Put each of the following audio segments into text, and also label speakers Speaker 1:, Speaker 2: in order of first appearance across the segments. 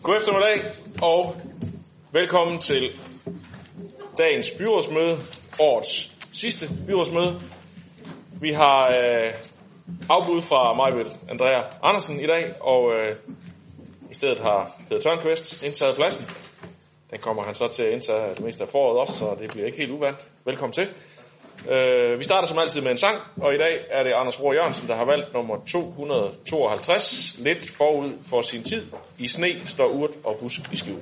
Speaker 1: God eftermiddag og velkommen til dagens byrådsmøde, årets sidste byrådsmøde. Vi har afbud fra Majbel Andrea Andersen i dag, og i stedet har Peter Tørnqvist indtaget pladsen. Den kommer han så til at indtage det meste af foråret også, så det bliver ikke helt uvant. Velkommen til. Vi starter som altid med en sang, og i dag er det Anders Roar Jørgensen, der har valgt nummer 252, lidt forud for sin tid. I sne står urt og busk i skjul.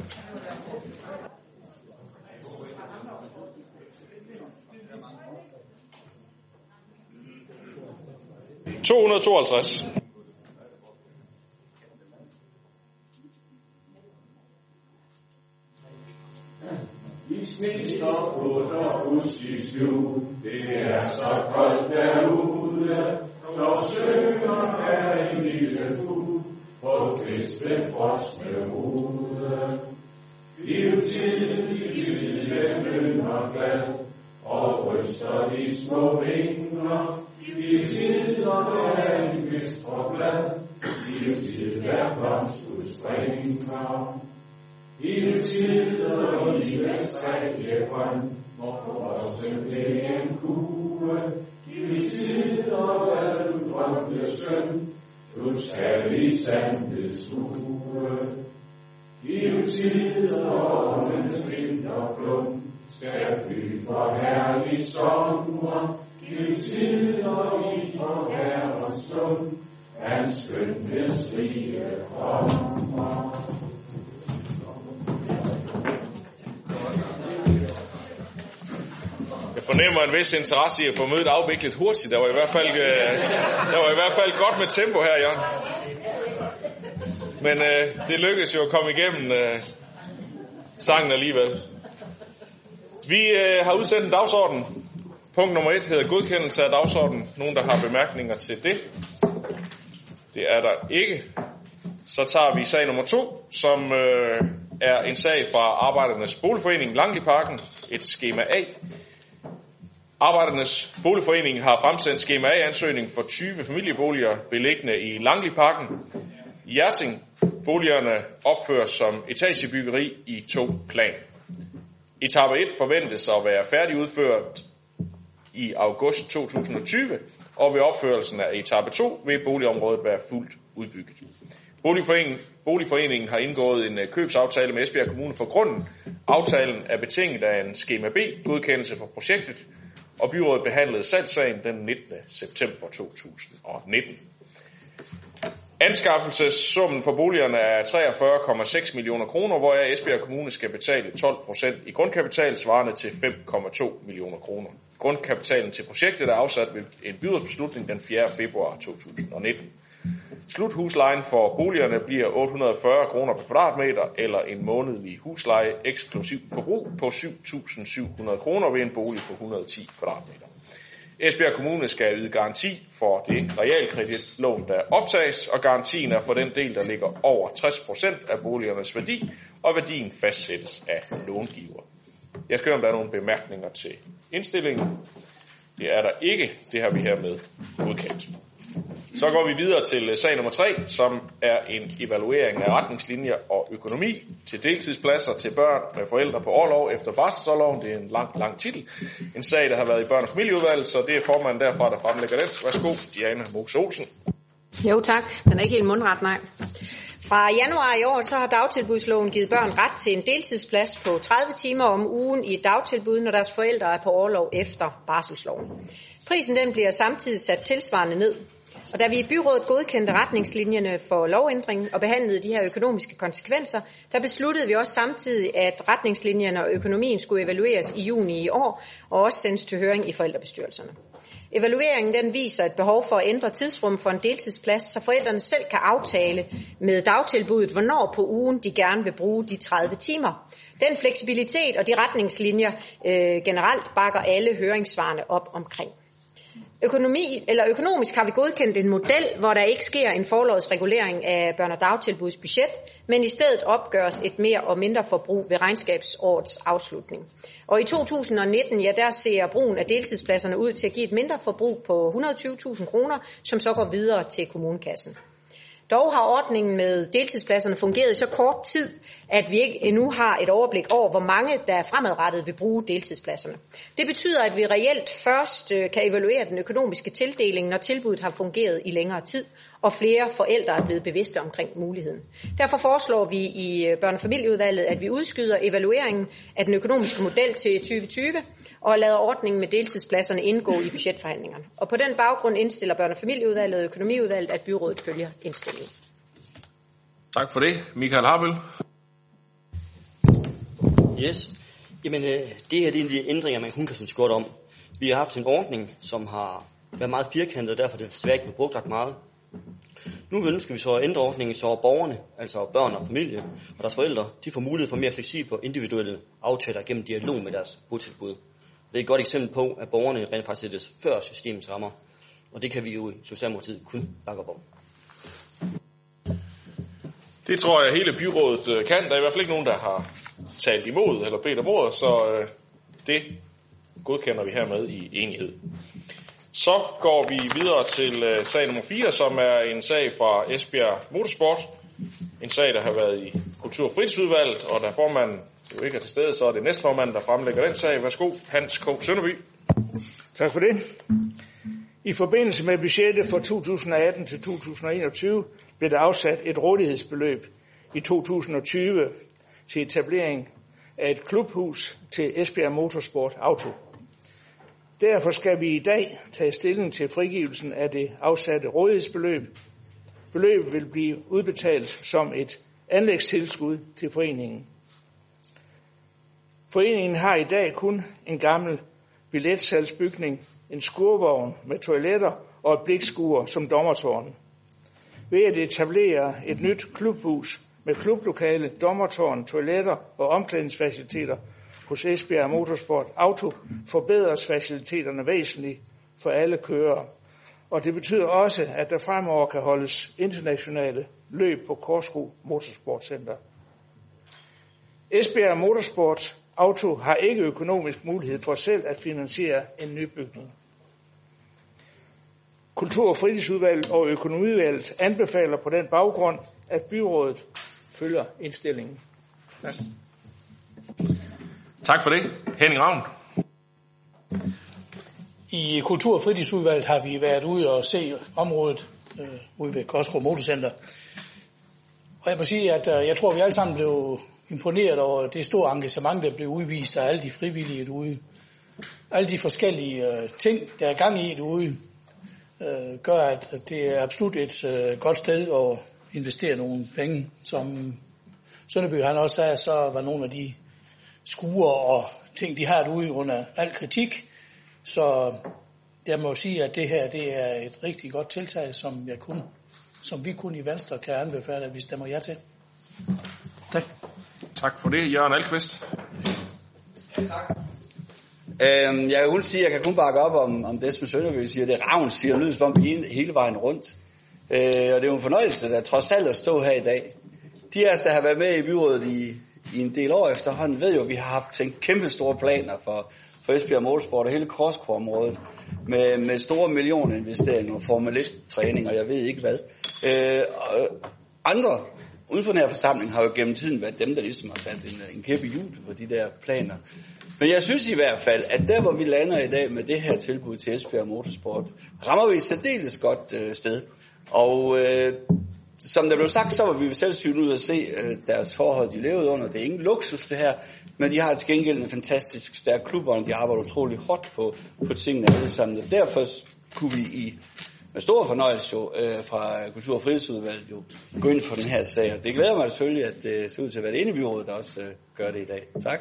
Speaker 2: I sne står urt og busk i skjul, det er så koldt derude, når synger her en lille fugl på kviste frosne rude. Livstid ynder glad, og ryster de små vinger, de tider er en vist for glad, livstid er blomstudspringer. Livstider i livstrække grøn, og frossen det en kue. Livstider er du drømte skøn, du skal i sandhedshue. Livstider årens vinterblom, skal fly for herlig sommer. Livstider i forværens stund, hans skønhedsrige frommer.
Speaker 1: Jeg fornemmer en vis interesse i at få mødet afviklet hurtigt. Der var i hvert fald godt med tempo her, Jørgen. Men det lykkedes jo at komme igennem sangen alligevel. Vi har udsendt en dagsorden. Punkt nummer 1 hedder godkendelse af dagsordenen. Nogen, der har bemærkninger til det? Det er der ikke. Så tager vi sag nummer 2, som er en sag fra Arbejdernes Boligforening Langliparken, et skema A. Arbejdernes Boligforening har fremsendt skema A-ansøgning for 20 familieboliger beliggende i Langliparken. Hjerting. Boligerne opføres som etagebyggeri i 2 plan. Etape 1 forventes at være færdigudført i august 2020, og ved opførelsen af etape 2 vil boligområdet være fuldt udbygget. Boligforeningen har indgået en købsaftale med Esbjerg Kommune for grunden. Aftalen er betinget af en skema B-godkendelse for projektet, og byrådet behandlede salgssagen den 19. september 2019. Anskaffelsessummen for boligerne er 43,6 millioner kroner, hvoraf Esbjerg Kommune skal betale 12% i grundkapital, svarende til 5,2 millioner kroner. Grundkapitalen til projektet er afsat ved en byrådsbeslutning den 4. februar 2019. Sluthuslejen for boligerne bliver 840 kroner per kvadratmeter, eller en månedlig husleje eksklusiv forbrug på 7.700 kroner ved en bolig på 110 kvadratmeter. Esbjerg Kommune skal yde garanti for det realkreditlån, der optages, og garantien er for den del, der ligger over 60% af boligernes værdi, og værdien fastsættes af långiver. Jeg skal høre, om der er nogle bemærkninger til indstillingen. Det er der ikke. Det har vi hermed godkendt. Så går vi videre til sag nummer 3, som er en evaluering af retningslinjer og økonomi til deltidspladser til børn med forældre på orlov efter barselsorloven. Det er en lang titel. En sag, der har været i børn- og familieudvalget, så det er formanden derfra, der fremlægger den. Værsgo, Diana Mose Olsen.
Speaker 3: Jo tak, den er ikke helt mundret, nej. Fra januar i år så har dagtilbudsloven givet børn ret til en deltidsplads på 30 timer om ugen i et dagtilbud, når deres forældre er på orlov efter barselsloven. Prisen den bliver samtidig sat tilsvarende ned. Og da vi i byrådet godkendte retningslinjerne for lovændringen og behandlede de her økonomiske konsekvenser, der besluttede vi også samtidig, at retningslinjerne og økonomien skulle evalueres i juni i år og også sendes til høring i forældrebestyrelserne. Evalueringen den viser et behov for at ændre tidsrum for en deltidsplads, så forældrene selv kan aftale med dagtilbuddet, hvornår på ugen de gerne vil bruge de 30 timer. Den fleksibilitet og de retningslinjer generelt bakker alle høringssvarene op omkring. Økonomisk har vi godkendt en model, hvor der ikke sker en forlovsregulering af børne- og dagtilbuds budget, men i stedet opgøres et mere og mindre forbrug ved regnskabsårets afslutning. Og i 2019, ja, der ser brugen af deltidspladserne ud til at give et mindre forbrug på 120.000 kroner, som så går videre til kommunekassen. Dog har ordningen med deltidspladserne fungeret i så kort tid, at vi ikke endnu har et overblik over, hvor mange der fremadrettet vil bruge deltidspladserne. Det betyder, at vi reelt først kan evaluere den økonomiske tildeling, når tilbuddet har fungeret i længere tid, og flere forældre er blevet bevidste omkring muligheden. Derfor foreslår vi i Børne- og Familieudvalget, at vi udskyder evalueringen af den økonomiske model til 2020, og lader ordningen med deltidspladserne indgå i budgetforhandlingerne. Og på den baggrund indstiller Børne- og Familieudvalget og Økonomiudvalget, at byrådet følger indstillingen.
Speaker 1: Tak for det. Michael Harbøl.
Speaker 4: Yes. Jamen, det her det er de ændringer, man kun kan synes godt om. Vi har haft en ordning, som har været meget firkantet, og derfor er det desværre ikke blevet brugt ret meget. Nu ønsker vi så at ændre ordningen, så borgerne, altså børn og familie og deres forældre, de får mulighed for mere fleksible og individuelle aftaler gennem dialog med deres botilbud. Det er et godt eksempel på, at borgerne rent faktisk sættes før systemets rammer, og det kan vi jo i Socialdemokratiet kun bakke op om.
Speaker 1: Det tror jeg hele byrådet kan. Der er i hvert fald ikke nogen, der har talt imod eller bedt om ordet, så det godkender vi hermed i enighed. Så går vi videre til sag nummer 4, som er en sag fra Esbjerg Motorsport. En sag, der har været i Kultur- og Fritidsudvalget, og da formanden jo ikke er til stede, så er det næstformanden, der fremlægger den sag. Værsgo, Hans K. Sønderby.
Speaker 5: Tak for det. I forbindelse med budgettet for 2018 til 2021 blev der afsat et rådighedsbeløb i 2020 til etablering af et klubhus til Esbjerg Motorsport Auto. Derfor skal vi i dag tage stilling til frigivelsen af det afsatte rådighedsbeløb. Beløbet vil blive udbetalt som et anlægstilskud til foreningen. Foreningen har i dag kun en gammel billetsalgsbygning, en skurvogn med toiletter og et blikskur som dommertårn. Ved at etablere et nyt klubhus med klublokale, dommertårn, toiletter og omklædningsfaciliteter hos Esbjerg Motorsport Auto forbedres faciliteterne væsentligt for alle kørere. Og det betyder også, at der fremover kan holdes internationale løb på Korskro Motorsportcenter. Esbjerg Motorsport Auto har ikke økonomisk mulighed for selv at finansiere en ny bygning. Kultur- og Fritidsudvalget og Økonomiudvalget anbefaler på den baggrund, at byrådet følger indstillingen. Tak.
Speaker 1: Tak for det. Henning Ravn.
Speaker 6: I Kultur- og Fritidsudvalget har vi været ude og se området ude ved Korskro Motorcenter. Og jeg må sige, at jeg tror, vi alle sammen blev imponeret over det store engagement, der blev udvist af alle de frivillige derude. Alle de forskellige ting, der er gang i derude, gør, at det er absolut et godt sted at investere nogle penge. Som Sønderby han også sagde, så var nogle af de skuer og ting, de har derude under al kritik. Så jeg må sige, at det her det er et rigtig godt tiltag, som vi kun i Venstre kan anbefale, at vi stemmer ja til. Tak.
Speaker 1: Tak for det. Jørgen Alkvist.
Speaker 7: Ja, tak. Jeg kan kun sige, jeg kan kun bakke op om det, som Sønderby siger. Det Ravn siger, lyder som om hele vejen rundt. Og det er jo en fornøjelse, der trods alt at stå her i dag. De af os, der har været med i byrådet i en del år efterhånden, ved jo, at vi har haft tænkt kæmpe store planer for Esbjerg Motorsport og hele Korskro-området med store millioninvesteringer og Formel 1-træning, og jeg ved ikke hvad. Andre uden for den her forsamling har jo gennem tiden været dem, der ligesom har sat en kæppe i hjulet på de der planer. Men jeg synes i hvert fald, at der hvor vi lander i dag med det her tilbud til Esbjerg Motorsport, rammer vi et særdeles godt sted. Og som der blev sagt, så var vi ved selvsyn ud at se deres forhold, de levede under. Det er ingen luksus det her, men de har til gengæld en fantastisk stærk klub, og de arbejder utrolig hårdt på tingene alle sammen. Og derfor kunne vi med stor fornøjelse fra Kultur- og Fritidsudvalget gå ind for den her sag. Og det glæder mig selvfølgelig, at det ser ud til at være det ene byråd, der også gør det i dag. Tak.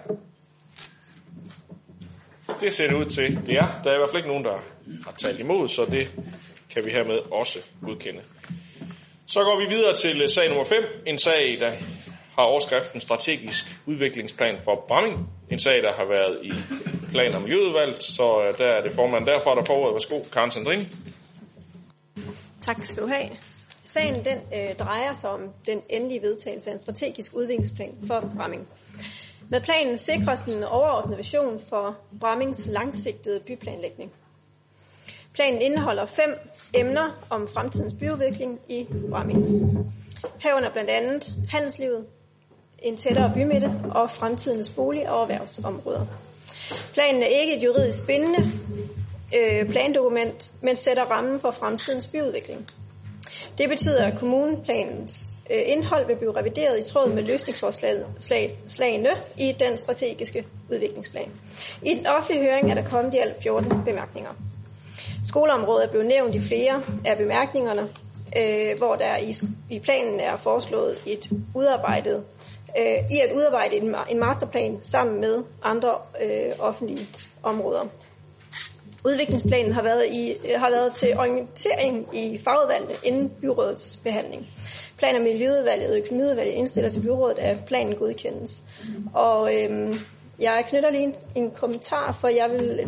Speaker 1: Det ser det ud til. Det er. Der er i hvert fald ikke nogen, der har talt imod, så det kan vi hermed også godkende. Så går vi videre til sag nummer 5. En sag, der har overskriften strategisk udviklingsplan for Bramming. En sag, der har været i plan- og miljøudvalget, så der er det formanden derfra, der får ordet. Værsgo, Karen Sandrini.
Speaker 8: Tak skal du have. Sagen den drejer sig om den endelige vedtagelse af en strategisk udviklingsplan for Bramming. Med planen sikres en overordnet vision for Brammings langsigtede byplanlægning. Planen indeholder 5 emner om fremtidens byudvikling i Bramming. Herunder blandt andet handelslivet, en tættere bymidte og fremtidens bolig- og erhvervsområder. Planen er ikke et juridisk bindende plandokument, men sætter rammen for fremtidens byudvikling. Det betyder, at kommuneplanens indhold vil blive revideret i tråd med løsningsforslagene i den strategiske udviklingsplan. I den offentlige høring er der kommet i alt 14 bemærkninger. Skoleområdet er blevet nævnt i flere af bemærkningerne, hvor der i planen er foreslået at udarbejde en masterplan sammen med andre offentlige områder. Udviklingsplanen har været til orientering i fagudvalget inden byrådets behandling. Plan- og Miljøudvalget og Økonomiudvalget indstiller til byrådet, at planen godkendes. Og jeg knytter lige en kommentar, for jeg bliver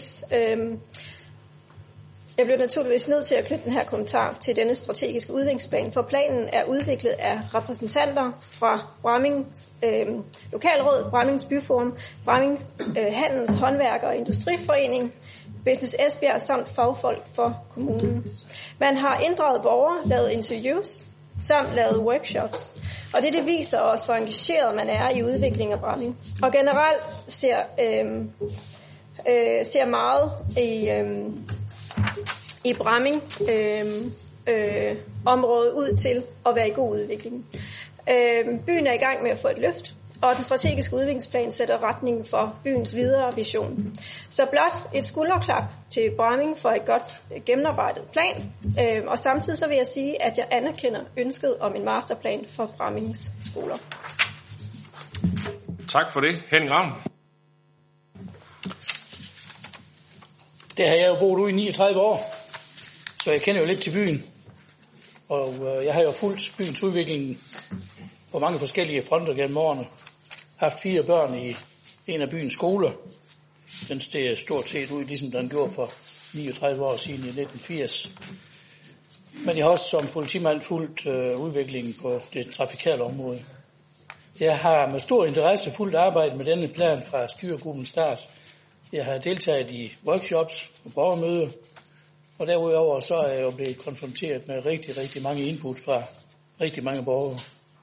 Speaker 8: naturligvis nødt til at knytte den her kommentar til denne strategiske udviklingsplan, for planen er udviklet af repræsentanter fra Brammings Lokalråd, Brammings Byforum, Brammings Handels-, Håndværker- og Industriforening, Business Esbjerg samt fagfolk for kommunen. Man har inddraget borgere, lavet interviews samt lavet workshops. Og det viser også, hvor engageret man er i udviklingen af Bramming. Og generelt ser meget i Bramming området ud til at være i god udvikling. Byen er i gang med at få et løft, og den strategiske udviklingsplan sætter retningen for byens videre vision. Så blot et skulderklap til Bramming for et godt gennemarbejdet plan, og samtidig så vil jeg sige, at jeg anerkender ønsket om en masterplan for Brammings skoler.
Speaker 1: Tak for det. Henning Ravn.
Speaker 6: Det har jeg jo boet ude i 39 år, så jeg kender jo lidt til byen. Og jeg har jo fulgt byens udvikling på mange forskellige fronter gennem årene. Haft 4 børn i en af byens skoler. Den steg stort set ud, ligesom den gjorde for 39 år siden i 1980. Men jeg har også som politimand fulgt udviklingen på det trafikale område. Jeg har med stor interesse fulgt arbejdet med denne plan fra styregruppens start. Jeg har deltaget i workshops og borgermøder, og derudover så er jeg jo blevet konfronteret med rigtig mange input fra rigtig mange borgere.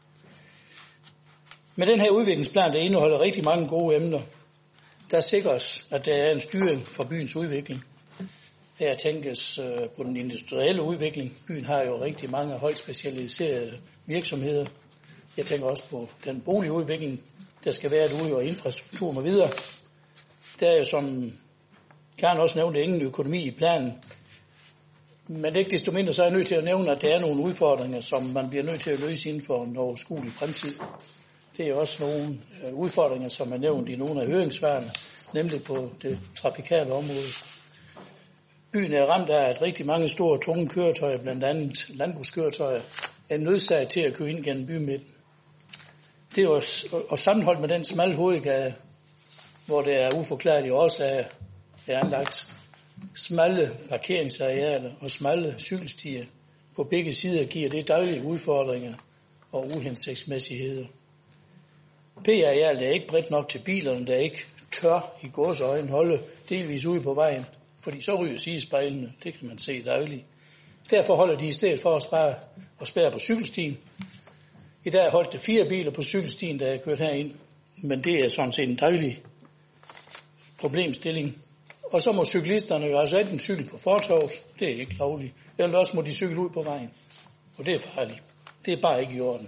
Speaker 6: Med den her udviklingsplan, der indeholder rigtig mange gode emner, der sikres, at der er en styring for byens udvikling. Her tænkes på den industrielle udvikling. Byen har jo rigtig mange højt specialiserede virksomheder. Jeg tænker også på den boligudvikling, der skal være derude, og infrastruktur med videre. Der er jo, som Karen også nævnte, ingen økonomi i planen. Men ikke desto mindre, så er jeg nødt til at nævne, at der er nogle udfordringer, som man bliver nødt til at løse inden for en overskuelig fremtid. Det er også nogle udfordringer, som er nævnt i nogle af høringssvarene, nemlig på det trafikale område. Byen er ramt af, at rigtig mange store, tunge køretøjer, blandt andet landbrugskøretøjer, er nødsaget til at køre ind gennem bymidten. Det er også sammenholdt med den smalle hovedgade, hvor der er uforklarlige årsager er anlagt smalle parkeringsarealer og smalle cykelstier på begge sider, giver det daglige udfordringer og uhensigtsmæssigheder. P-arealet er ikke bredt nok til bilerne, der ikke tør i gåseøjne holde delvis ude på vejen, fordi så ryger sidespejlene, det kan man se dagligt. Derfor holder de i stedet for at spærre på cykelstien. I dag holdt det 4 biler på cykelstien, der er kørt herind, men det er sådan set en daglig problemstilling. Og så må cyklisterne jo altså enten cykle på fortovet, det er ikke lovligt, eller også må de cykle ud på vejen, og det er farligt. Det er bare ikke i orden.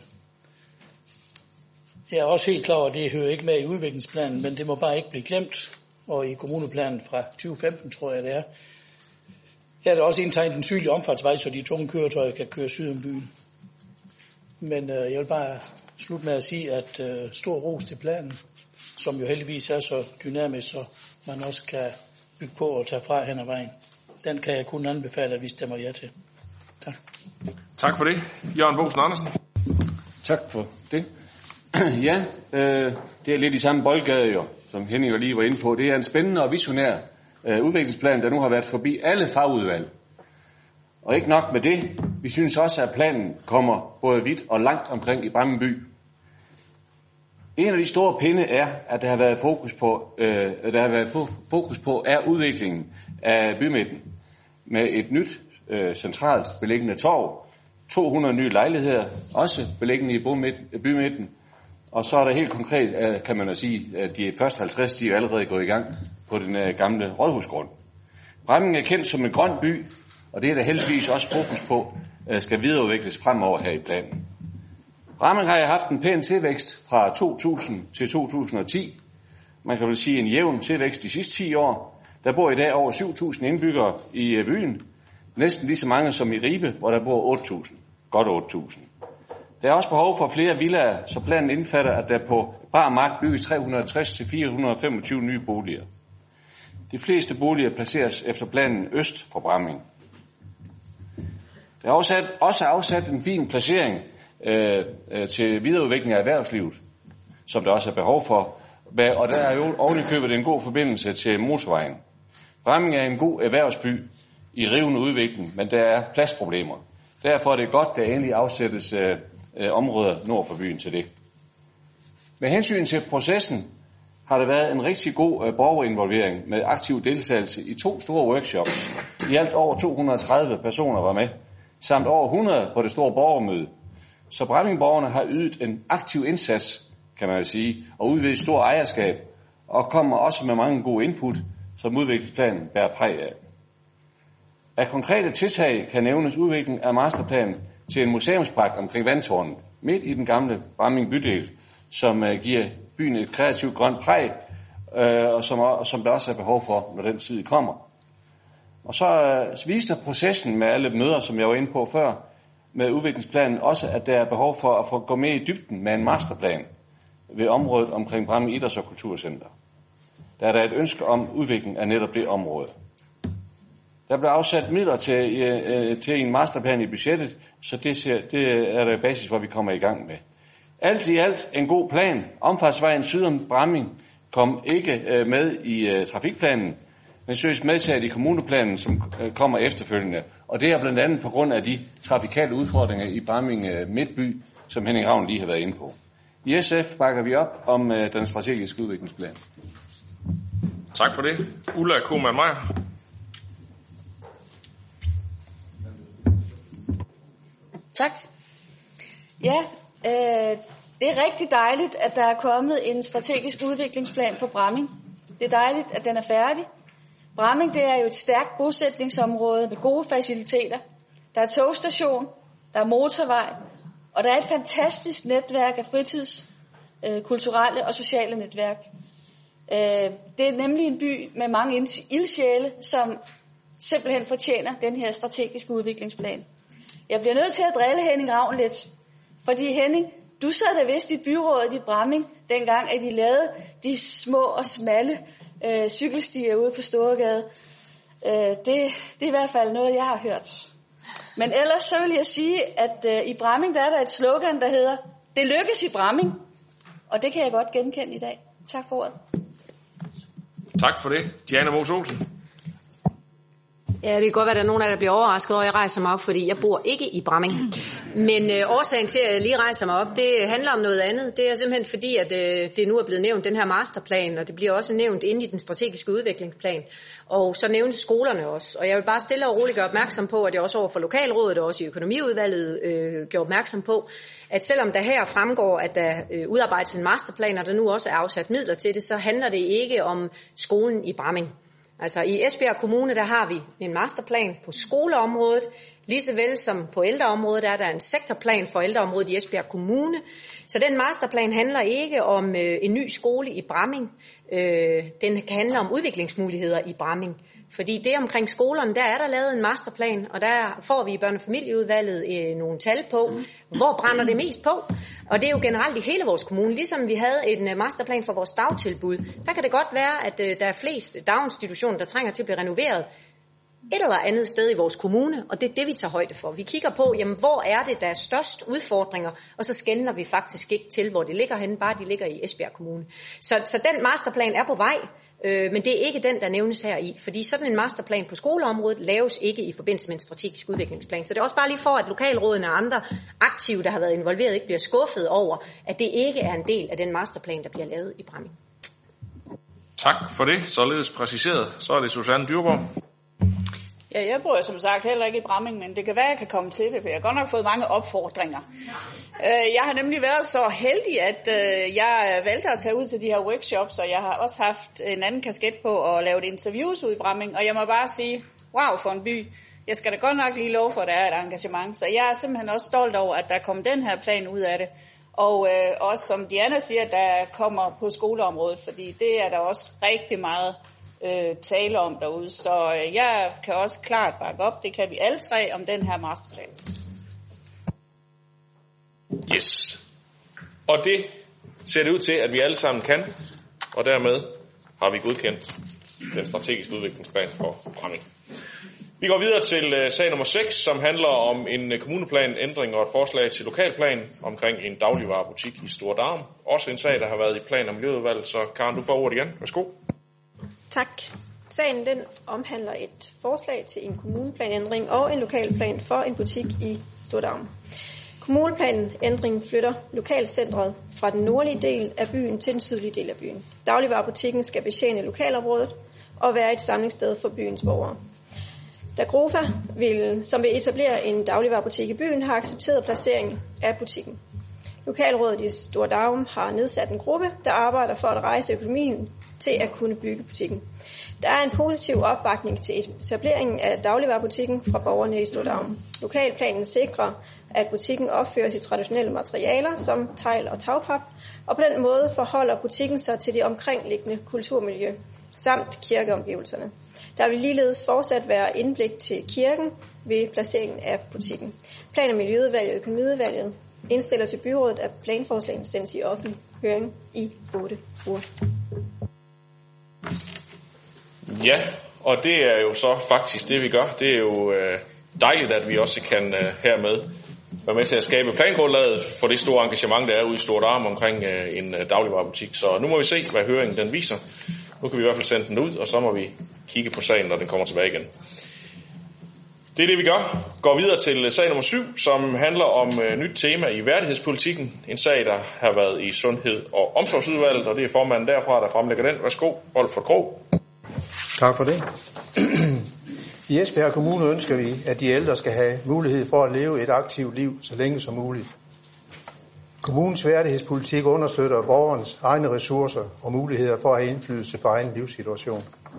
Speaker 6: Jeg er også helt klar over, at det hører ikke med i udviklingsplanen, men det må bare ikke blive glemt, og i kommuneplanen fra 2015, tror jeg det er, her er der også indtegnet en sydlig omfartsvej, så de tunge køretøjer kan køre syd om byen. Men jeg vil bare slutte med at sige, at stor ros til planen, som jo heldigvis er så dynamisk, så man også kan bygge på og tage fra hen ad vejen. Den kan jeg kun anbefale, at vi stemmer ja til. Tak.
Speaker 1: Tak for det. Jørgen Bosen Andersen.
Speaker 9: Tak for det. Ja, det er lidt i samme boldgade jo, som Henning lige var inde på. Det er en spændende og visionær udviklingsplan, der nu har været forbi alle fagudvalg. Og ikke nok med det, vi synes også, at planen kommer både vidt og langt omkring i Bramming by. En af de store pinde er, at der har været fokus på, er udviklingen af bymidten. med et nyt centralt beliggende torv, 200 nye lejligheder, også beliggende i bymidten, og så er der helt konkret, kan man sige, at de første 50, de er allerede gået i gang på den gamle rådhusgrund. Bramming er kendt som en grøn by, og det er der heldigvis også fokus på, skal videreudvikles fremover her i planen. Bramming har haft en pæn tilvækst fra 2000 til 2010. Man kan vel sige en jævn tilvækst de sidste 10 år. Der bor i dag over 7.000 indbyggere i byen. Næsten lige så mange som i Ribe, hvor der bor 8.000. Godt 8.000. Der er også behov for flere villaer, så planen indfatter, at der på bar mark bygges 360 til 425 nye boliger. De fleste boliger placeres efter planen øst for Bramming. Der er også afsat en fin placering til videreudvikling af erhvervslivet, som der også er behov for. Og der er jo ovenikøbet en god forbindelse til motorvejen. Bramming er en god erhvervsby i rivende udvikling, men der er pladsproblemer. Derfor er det godt, at der endelig afsættes områder nord for byen til det. Med hensyn til processen har der været en rigtig god borgerinvolvering med aktiv deltagelse i 2 store workshops. I alt over 230 personer var med, samt over 100 på det store borgermøde. Så Brammingborgerne har ydet en aktiv indsats, kan man sige, og udvidet stor ejerskab, og kommer også med mange gode input, som udviklingsplanen bærer præg af. Af konkrete tiltag kan nævnes udvikling af masterplanen til en museumspark omkring vandtårnet, midt i den gamle Bramming bydel, som giver byen et kreativt grønt præg, og som der også er behov for, når den tid kommer. Og så viste processen med alle møder, som jeg var inde på før, med udviklingsplanen også, at der er behov for at få gå med i dybden med en masterplan ved området omkring Bramming Idræts- og Kulturcenter. Der er der et ønske om udvikling af netop det område. Der blev afsat midler til en masterplan i budgettet, så det er der basis for, vi kommer i gang med. Alt i alt en god plan. Omfartsvejen syd om Bramming kom ikke med i trafikplanen, men søges medtaget i kommuneplanen, som kommer efterfølgende. Og det er blandt andet på grund af de trafikale udfordringer i Bramming Midtby, som Henning Ravn lige har været inde på. I SF bakker vi op om den strategiske udviklingsplan.
Speaker 1: Tak for det. Ulla Kohlmann-Meyer.
Speaker 10: Tak. Ja, det er rigtig dejligt, at der er kommet en strategisk udviklingsplan for Bramming. Det er dejligt, at den er færdig. Bramming, det er jo et stærkt bosætningsområde med gode faciliteter. Der er togstation, der er motorvej, og der er et fantastisk netværk af fritids, kulturelle og sociale netværk. Det er nemlig en by med mange ildsjæle, som simpelthen fortjener den her strategiske udviklingsplan. Jeg bliver nødt til at drille Henning Ravn lidt, fordi Henning, du sad da vist i byrådet i Bramming, dengang at de lavede de små og smalle cykelstier ude på Storegade. Det er i hvert fald noget, jeg har hørt. Men ellers så vil jeg sige, at i Bramming der er der et slogan, der hedder, det lykkes i Bramming. Og det kan jeg godt genkende i dag. Tak for ordet.
Speaker 1: Tak for det. Diana Mose Olsen.
Speaker 3: Ja, det kan godt være, at der er nogen af jer, der bliver overrasket over, at jeg rejser mig op, fordi jeg bor ikke i Bramming. Men årsagen til, at jeg lige rejser mig op, det handler om noget andet. Det er simpelthen fordi, at det nu er blevet nævnt, den her masterplan, og det bliver også nævnt inde i den strategiske udviklingsplan. Og så nævnes skolerne også. Og jeg vil bare stille og roligt gøre opmærksom på, at jeg også over for lokalrådet og også i økonomiudvalget gjorde opmærksom på, at selvom der her fremgår, at der udarbejdes en masterplan, og der nu også er afsat midler til det, så handler det ikke om skolen i Bramming. Altså i Esbjerg Kommune, der har vi en masterplan på skoleområdet, lige så vel som på ældreområdet, der er der en sektorplan for ældreområdet i Esbjerg Kommune. Så den masterplan handler ikke om en ny skole i Bramming, den kan handle om udviklingsmuligheder i Bramming. Fordi det omkring skolerne, der er der lavet en masterplan, og der får vi i børne- og familieudvalget nogle tal på, hvor brænder det mest på. Og det er jo generelt i hele vores kommune. Ligesom vi havde en masterplan for vores dagtilbud, der kan det godt være, at der er flest daginstitutioner, der trænger til at blive renoveret et eller andet sted i vores kommune, og det er det, vi tager højde for. Vi kigger på, jamen, hvor er det, der er størst udfordringer, og så skelner vi faktisk ikke til, hvor det ligger henne, bare de ligger i Esbjerg Kommune. Så den masterplan er på vej, men det er ikke den, der nævnes her i, fordi sådan en masterplan på skoleområdet laves ikke i forbindelse med en strategisk udviklingsplan. Så det er også bare lige for, at lokalrådene og andre aktive, der har været involveret, ikke bliver skuffet over, at det ikke er en del af den masterplan, der bliver lavet i Bramming.
Speaker 1: Tak for det. Således præciseret. Så er det Susanne Dyrborg.
Speaker 11: Ja, jeg bor som sagt heller ikke i Bramming, men det kan være, at jeg kan komme til det, for jeg har godt nok fået mange opfordringer. Jeg har nemlig været så heldig, at jeg valgte at tage ud til de her workshops, og jeg har også haft en anden kasket på og lavet interviews ud i Bramming, og jeg må bare sige, wow for en by. Jeg skal da godt nok lige love for, at der er et engagement, så jeg er simpelthen også stolt over, at der kom den her plan ud af det. Og også som Diana siger, der kommer på skoleområdet, fordi det er der også rigtig meget tale om derude. Så jeg kan også klart bakke op, det kan vi alle tre, om den her masterplan.
Speaker 1: Yes. Og det ser det ud til, at vi alle sammen kan, og dermed har vi godkendt den strategiske udviklingsplan for Bramming. Vi går videre til sag nummer 6, som handler om en kommuneplanændring og et forslag til lokalplan omkring en dagligvarebutik i Store Darum. Også en sag, der har været i plan- og miljøudvalget, så Karen, du får ordet igen. Værsgo.
Speaker 8: Tak. Sagen den omhandler et forslag til en kommuneplanændring og en lokalplan for en butik i Store Darum. Kommuneplanændringen flytter lokalcentret fra den nordlige del af byen til den sydlige del af byen. Dagligvarebutikken skal betjene lokalområdet og være et samlingssted for byens borgere. Da Grofa, som vil etablere en dagligvarebutik i byen, har accepteret placering af butikken. Lokalrådet i Store Darum har nedsat en gruppe, der arbejder for at rejse økonomien til at kunne bygge butikken. Der er en positiv opbakning til etableringen af dagligvarebutikken fra borgerne i Store Darum. Lokalplanen sikrer, at butikken opføres i traditionelle materialer som tegl og tagpap, og på den måde forholder butikken sig til det omkringliggende kulturmiljø samt kirkeomgivelserne. Der vil ligeledes fortsat være indblik til kirken ved placeringen af butikken. Plan- og Miljøudvalget og Økonomiudvalget indstiller til byrådet, at planforslagene sendes i offentlig høring i 8 uger.
Speaker 1: Ja, og det er jo så faktisk det, vi gør. Det er jo dejligt, at vi også kan hermed være med til at skabe plangrundlaget for det store engagement, der er ude i Store Darum omkring en dagligvarebutik. Så nu må vi se, hvad høringen den viser. Nu kan vi i hvert fald sende den ud, og så må vi kigge på sagen, når den kommer tilbage igen. Det er det, vi gør. Går videre til sag nummer 7, som handler om nyt tema i værdighedspolitikken. En sag, der har været i Sundhed- og Omsorgsudvalget, og det er formanden derfra, der fremlægger den. Værsgo, Olfert Krog.
Speaker 12: Tak for det. I Esbjerg Kommune ønsker vi, at de ældre skal have mulighed for at leve et aktivt liv så længe som muligt. Kommunens værdighedspolitik understøtter borgernes egne ressourcer og muligheder for at have indflydelse på egen livssituation.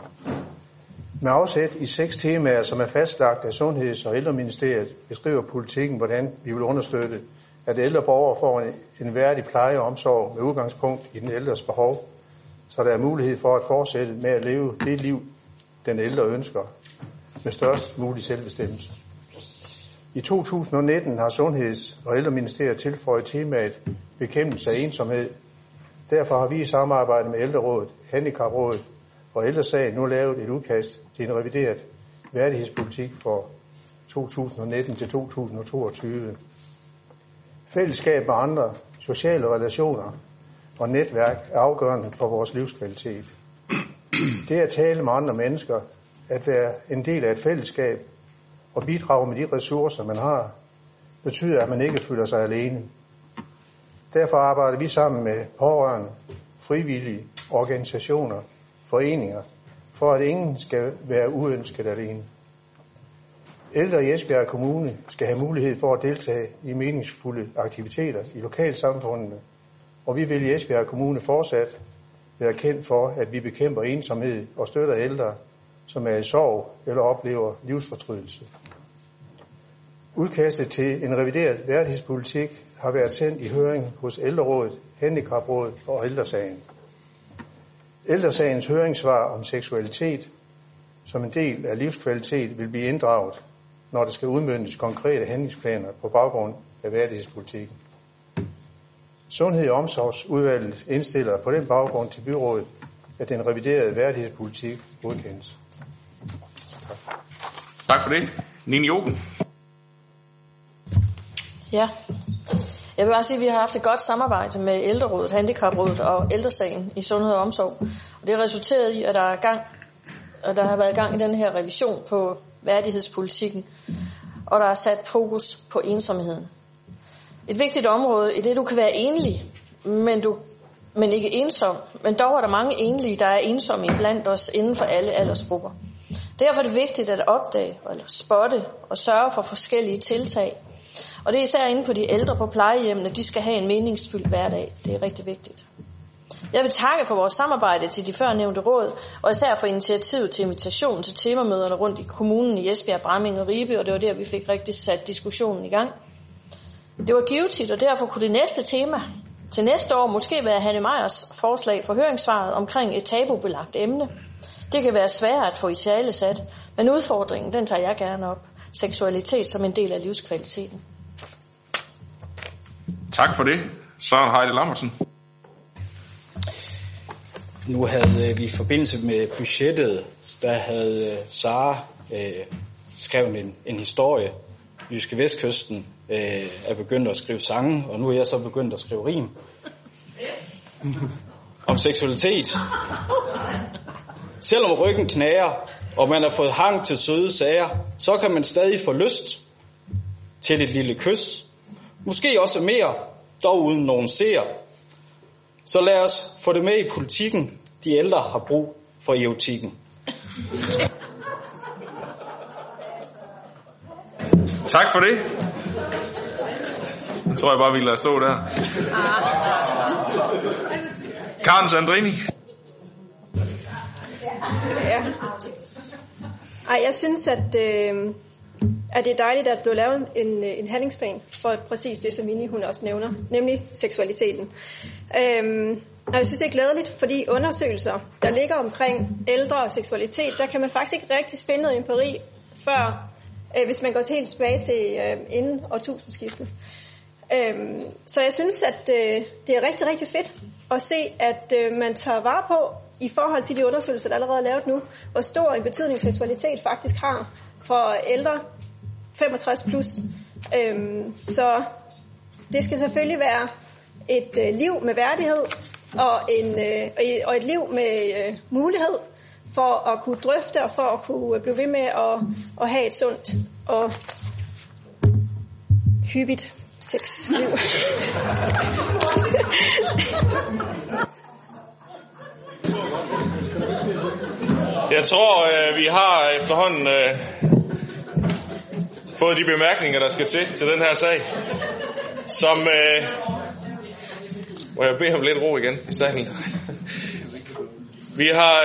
Speaker 12: Med afsæt i 6 temaer, som er fastlagt af Sundheds- og Ældreministeriet, beskriver politikken, hvordan vi vil understøtte, at ældre borgere får en værdig pleje og omsorg med udgangspunkt i den ældres behov, så der er mulighed for at fortsætte med at leve det liv, den ældre ønsker, med størst mulig selvbestemmelse. I 2019 har Sundheds- og Ældreministeriet tilføjet temaet bekæmpelse af ensomhed. Derfor har vi i samarbejde med Ældrerådet, Handicaprådet og Ældresagen nu lavet et udkast til en revideret værdighedspolitik for 2019 til 2022. Fællesskab med andre, sociale relationer og netværk er afgørende for vores livskvalitet. Det at tale med andre mennesker, at være en del af et fællesskab og bidrage med de ressourcer, man har, betyder, at man ikke føler sig alene. Derfor arbejder vi sammen med pårørende, frivillige, organisationer, foreninger, for at ingen skal være uønsket alene. Ældre i Esbjerg Kommune skal have mulighed for at deltage i meningsfulde aktiviteter i lokalsamfundene, og vi vil i Esbjerg Kommune fortsat være kendt for, at vi bekæmper ensomhed og støtter ældre, som er i sorg eller oplever livsfortrydelse. Udkastet til en revideret værdighedspolitik har været sendt i høring hos Ældrerådet, Handicaprådet og Ældresagen. Ældresagens høringssvar om seksualitet som en del af livskvalitet vil blive inddraget, når der skal udmøntes konkrete handlingsplaner på baggrund af værdighedspolitikken. Sundhed- og Omsorgsudvalget indstiller på den baggrund til byrådet, at den reviderede værdighedspolitik godkendes.
Speaker 1: Tak for det. Nini Jogen.
Speaker 13: Ja, jeg vil bare sige, at vi har haft et godt samarbejde med Ældrerådet, Handicaprådet og Ældresagen i Sundhed og Omsorg. Og det har resulteret i, at der har været gang i den her revision på værdighedspolitikken, og der er sat fokus på ensomheden. Et vigtigt område i det, du kan være enlig, men ikke ensom. Men dog er der mange enlige, der er ensomme blandt os inden for alle aldersgrupper. Derfor er det vigtigt at opdage eller spotte og sørge for forskellige tiltag. Og det er især inde på de ældre på plejehjemmene, de skal have en meningsfyldt hverdag. Det er rigtig vigtigt. Jeg vil takke for vores samarbejde til de førnævnte råd, og især for initiativet til invitation til temamøderne rundt i kommunen i Esbjerg, Bramming og Ribe, og det var der, vi fik rigtig sat diskussionen i gang. Det var givetigt, og derfor kunne det næste tema til næste år måske være Hanne Meyers forslag for høringssvaret omkring et tabubelagt emne. Det kan være svært at få i sat, men udfordringen, den tager jeg gerne op. Seksualitet som en del af livskvaliteten.
Speaker 1: Tak for det. Søren Heide Lammersen.
Speaker 14: Nu havde vi i forbindelse med budgettet, der havde Sara skrevet en historie. Jyske Vestkysten er begyndt at skrive sange, og nu er jeg så begyndt at skrive rim om seksualitet. Selvom ryggen knager, og man har fået hang til søde sager, så kan man stadig få lyst til et lille kys. Måske også mere, dog uden nogen seer. Så lad os få det med i politikken. De ældre har brug for erotikken.
Speaker 1: Tak for det. Jeg tror jeg bare, vi lader stå der. Karen Sandrini.
Speaker 8: Ja. Ej, jeg synes, at det er dejligt, at der blev lavet en handlingsplan for præcis det, som Minnie hun også nævner, nemlig seksualiteten. Og jeg synes, det er glædeligt, fordi undersøgelser, der ligger omkring ældre og seksualitet, der kan man faktisk ikke rigtig spille noget empiri, før, hvis man går til helt tilbage til inden årtusindskiftet. Så jeg synes, at det er rigtig, rigtig fedt at se, at man tager vare på, i forhold til de undersøgelser, der allerede er lavet nu, hvor stor en betydning seksualitet faktisk har for ældre 65 plus. Så det skal selvfølgelig være et liv med værdighed og et liv med mulighed for at kunne drøfte og for at kunne blive ved med at have et sundt og hyppigt sexliv.
Speaker 1: Jeg tror, vi har efterhånden fået de bemærkninger, der skal til den her sag. Som må jeg bede om lidt ro igen i salen. Vi har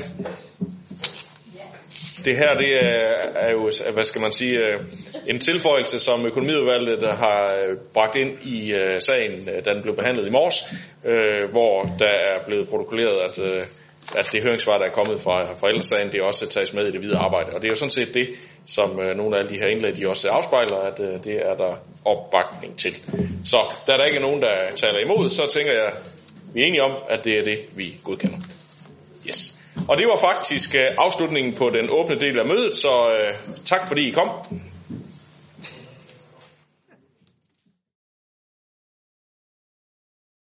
Speaker 1: det her, det er jo, hvad skal man sige, en tilføjelse, som økonomiudvalget har bragt ind i sagen, da den blev behandlet i morges, hvor der er blevet protokolleret, at det høringssvar, der er kommet fra ældresagen, det også tages med i det videre arbejde. Og det er jo sådan set det, som nogle af alle de her indlæg, de også afspejler, at det er der opbakning til. Så da der ikke er nogen, der taler imod, så tænker jeg, vi er enige om, at det er det, vi godkender. Yes. Og det var faktisk afslutningen på den åbne del af mødet, så tak fordi I kom.